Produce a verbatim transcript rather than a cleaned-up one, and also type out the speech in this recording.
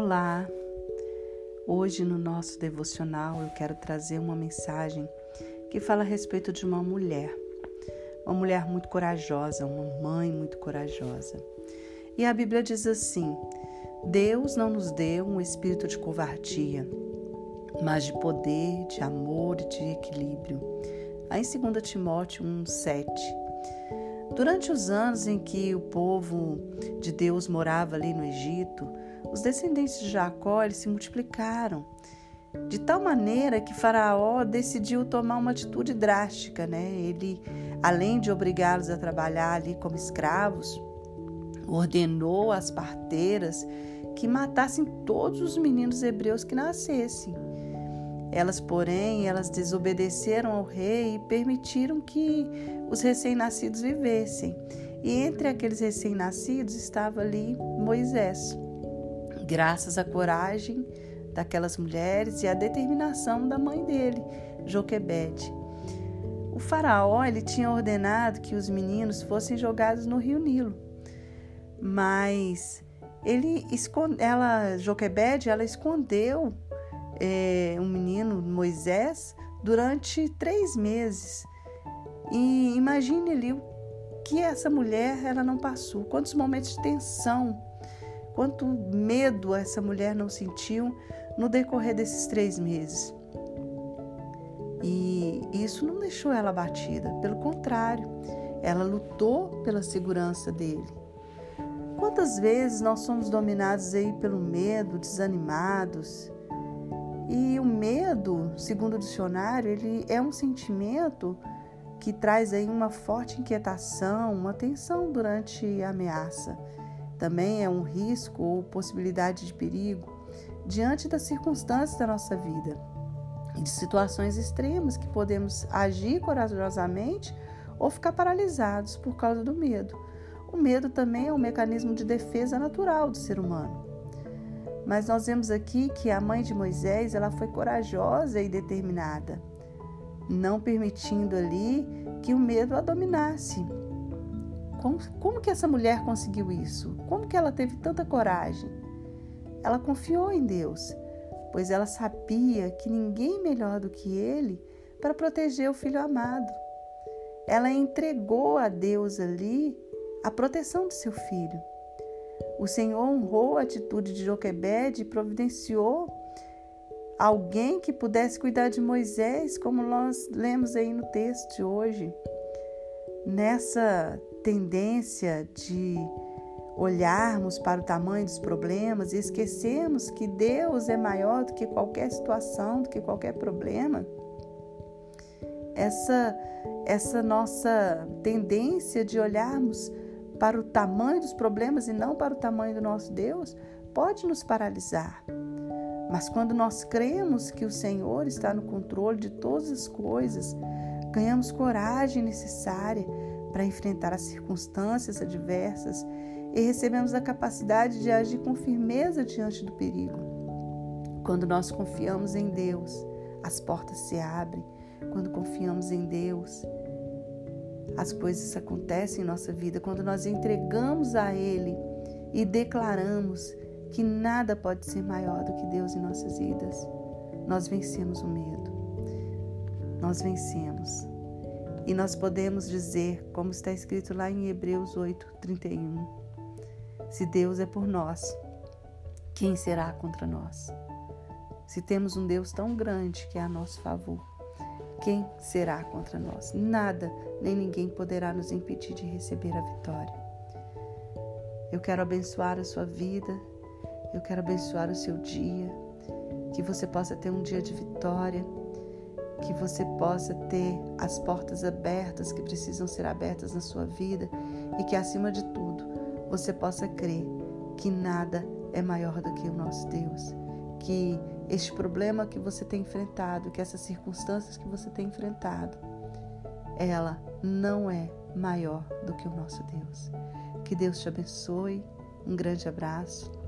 Olá! Hoje no nosso devocional eu quero trazer uma mensagem que fala a respeito de uma mulher, uma mulher muito corajosa, uma mãe muito corajosa. E a Bíblia diz assim: Deus não nos deu um espírito de covardia, mas de poder, de amor e de equilíbrio. Aí em dois Timóteo um, sete. Durante os anos em que o povo de Deus morava ali no Egito, os descendentes de Jacó eles se multiplicaram, de tal maneira que Faraó decidiu tomar uma atitude drástica, né? Ele, além de obrigá-los a trabalhar ali como escravos, ordenou às parteiras que matassem todos os meninos hebreus que nascessem. Elas, porém, elas desobedeceram ao rei e permitiram que os recém-nascidos vivessem. E entre aqueles recém-nascidos estava ali Moisés. Graças à coragem daquelas mulheres e à determinação da mãe dele, Joquebede. O faraó ele tinha ordenado que os meninos fossem jogados no rio Nilo. Mas ele, ela, Joquebede, ela escondeu É, um menino, Moisés, durante três meses. E imagine ali o que essa mulher ela não passou, quantos momentos de tensão, quanto medo essa mulher não sentiu no decorrer desses três meses. E isso não deixou ela abatida, pelo contrário, ela lutou pela segurança dele. Quantas vezes nós somos dominados aí pelo medo, desanimados? E o medo, segundo o dicionário, ele é um sentimento que traz aí uma forte inquietação, uma tensão durante a ameaça. Também é um risco ou possibilidade de perigo diante das circunstâncias da nossa vida e de situações extremas que podemos agir corajosamente ou ficar paralisados por causa do medo. O medo também é um mecanismo de defesa natural do ser humano. Mas nós vemos aqui que a mãe de Moisés ela foi corajosa e determinada, não permitindo ali que o medo a dominasse. Como, como que essa mulher conseguiu isso? Como que ela teve tanta coragem? Ela confiou em Deus, pois ela sabia que ninguém melhor do que Ele para proteger o filho amado. Ela entregou a Deus ali a proteção de seu filho. O Senhor honrou a atitude de Joquebede e providenciou alguém que pudesse cuidar de Moisés, como nós lemos aí no texto de hoje. Nessa tendência de olharmos para o tamanho dos problemas e esquecermos que Deus é maior do que qualquer situação, do que qualquer problema, essa, essa nossa tendência de olharmos para o tamanho dos problemas e não para o tamanho do nosso Deus, pode nos paralisar. Mas quando nós cremos que o Senhor está no controle de todas as coisas, ganhamos coragem necessária para enfrentar as circunstâncias adversas e recebemos a capacidade de agir com firmeza diante do perigo. Quando nós confiamos em Deus, as portas se abrem. Quando confiamos em Deus, as coisas acontecem em nossa vida. Quando nós entregamos a Ele e declaramos que nada pode ser maior do que Deus em nossas vidas, nós vencemos o medo. Nós vencemos. E nós podemos dizer, como está escrito lá em Hebreus oito, trinta e um, se Deus é por nós, quem será contra nós? Se temos um Deus tão grande que é a nosso favor, quem será contra nós? Nada, nem ninguém poderá nos impedir de receber a vitória. Eu quero abençoar a sua vida, eu quero abençoar o seu dia, que você possa ter um dia de vitória, que você possa ter as portas abertas que precisam ser abertas na sua vida e que, acima de tudo, você possa crer que nada é maior do que o nosso Deus, que este problema que você tem enfrentado, que essas circunstâncias que você tem enfrentado, ela não é maior do que o nosso Deus. Que Deus te abençoe. Um grande abraço.